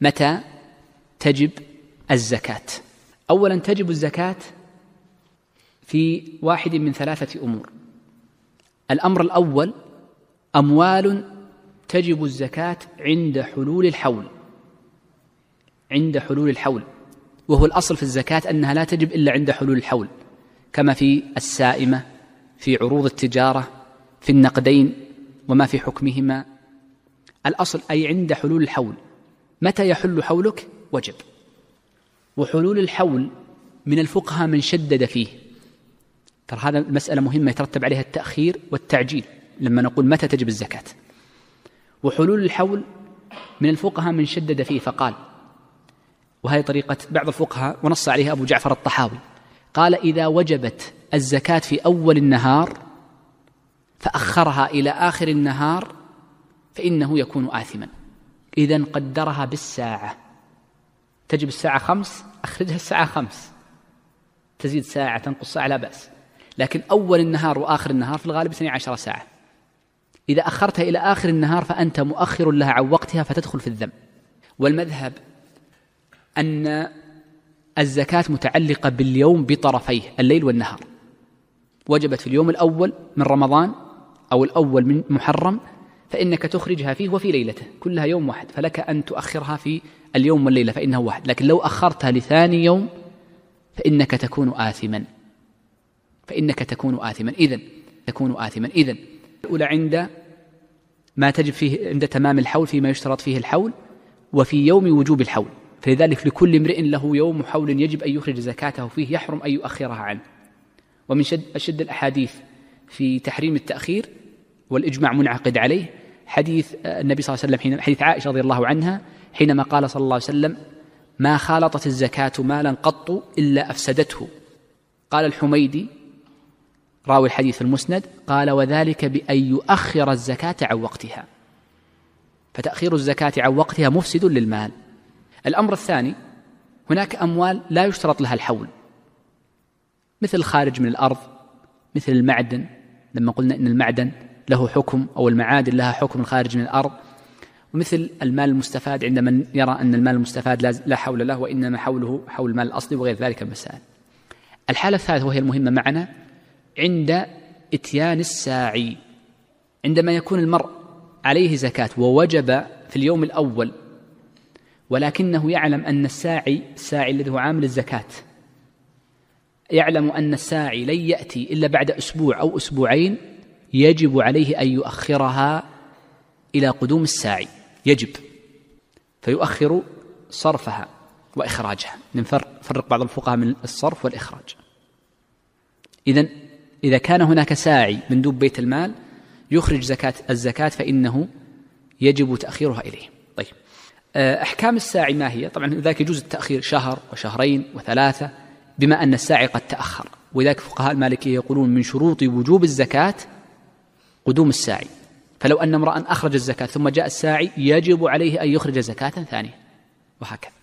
متى تجب الزكاة؟ أولا تجب الزكاة في واحد من ثلاثة أمور. الأمر الأول أموال تجب الزكاة عند حلول الحول، عند حلول الحول، وهو الأصل في الزكاة أنها لا تجب إلا عند حلول الحول، كما في السائمة، في عروض التجارة، في النقدين وما في حكمهما. الأصل أي عند حلول الحول. متى يحل حولك؟ وجب. وحلول الحول من الفقهاء من شدد فيه، ترى هذا المسألة مهمة يترتب عليها التأخير والتعجيل لما نقول متى تجب الزكاة. وحلول الحول من الفقهاء من شدد فيه فقال، وهذه طريقة بعض الفقهاء ونص عليها أبو جعفر الطحاوي، قال إذا وجبت الزكاة في أول النهار فأخرها إلى آخر النهار فإنه يكون آثما. إذن قدرها بالساعة، تجب الساعة 5 أخرجها الساعة 5، تزيد ساعة تنقص ساعة لا بأس، لكن أول النهار وآخر النهار في الغالب 12 ساعة. إذا أخرتها إلى آخر النهار فأنت مؤخر لها عن وقتها فتدخل في الذم. والمذهب أن الزكاة متعلقة باليوم بطرفيه الليل والنهار، وجبت في اليوم الأول من رمضان أو الأول من محرم فإنك تخرجها فيه وفي ليلته، كلها يوم واحد، فلك أن تؤخرها في اليوم والليلة فإنه واحد. لكن لو أخرتها لثاني يوم فإنك تكون آثما، إذن تكون آثما. إذن الأولى عند ما تجب فيه عند تمام الحول فيما يشترط فيه الحول، وفي يوم وجوب الحول، فلذلك لكل امرئ له يوم حول يجب أن يخرج زكاته فيه، يحرم أن يؤخرها عنه. ومن أشد الأحاديث في تحريم التأخير والإجماع منعقد عليه حديث النبي صلى الله عليه وسلم، حديث عائشة رضي الله عنها حينما قال صلى الله عليه وسلم: ما خالطت الزكاة مالا قط إلا أفسدته. قال الحميدي راوي الحديث المسند، قال: وذلك بأن يؤخر الزكاة عن وقتها. فتأخير الزكاة عن وقتها مفسد للمال. الأمر الثاني، هناك أموال لا يشترط لها الحول، مثل الخارج من الأرض، مثل المعدن، لما قلنا إن المعدن له حكم أو المعادن لها حكم الخارج من الأرض، ومثل المال المستفاد عند من يرى أن المال المستفاد لا حول له وإنما حوله حول المال الأصلي وغير ذلك المسائل. الحالة الثالثة وهي المهمة معنا عند إتيان الساعي، عندما يكون المرء عليه زكاة ووجب في اليوم الأول ولكنه يعلم أن الساعي الذي هو عامل الزكاة يعلم أن الساعي لن يأتي إلا بعد أسبوع أو أسبوعين، يجب عليه أن يؤخرها إلى قدوم الساعي، يجب، فيؤخر صرفها وإخراجها. نفرق بعض الفقهاء من الصرف والإخراج. إذا كان هناك ساعي مندوب بيت المال يخرج الزكاة فإنه يجب تأخيرها إليه. طيب، أحكام الساعي ما هي؟ طبعا ذلك يجوز التأخير شهر وشهرين وثلاثة بما أن الساعي قد تأخر، وذلك فقهاء المالكية يقولون من شروط وجوب الزكاة قدوم الساعي، فلو أن امرأ أخرج الزكاة ثم جاء الساعي يجب عليه أن يخرج زكاة ثانية، وهكذا.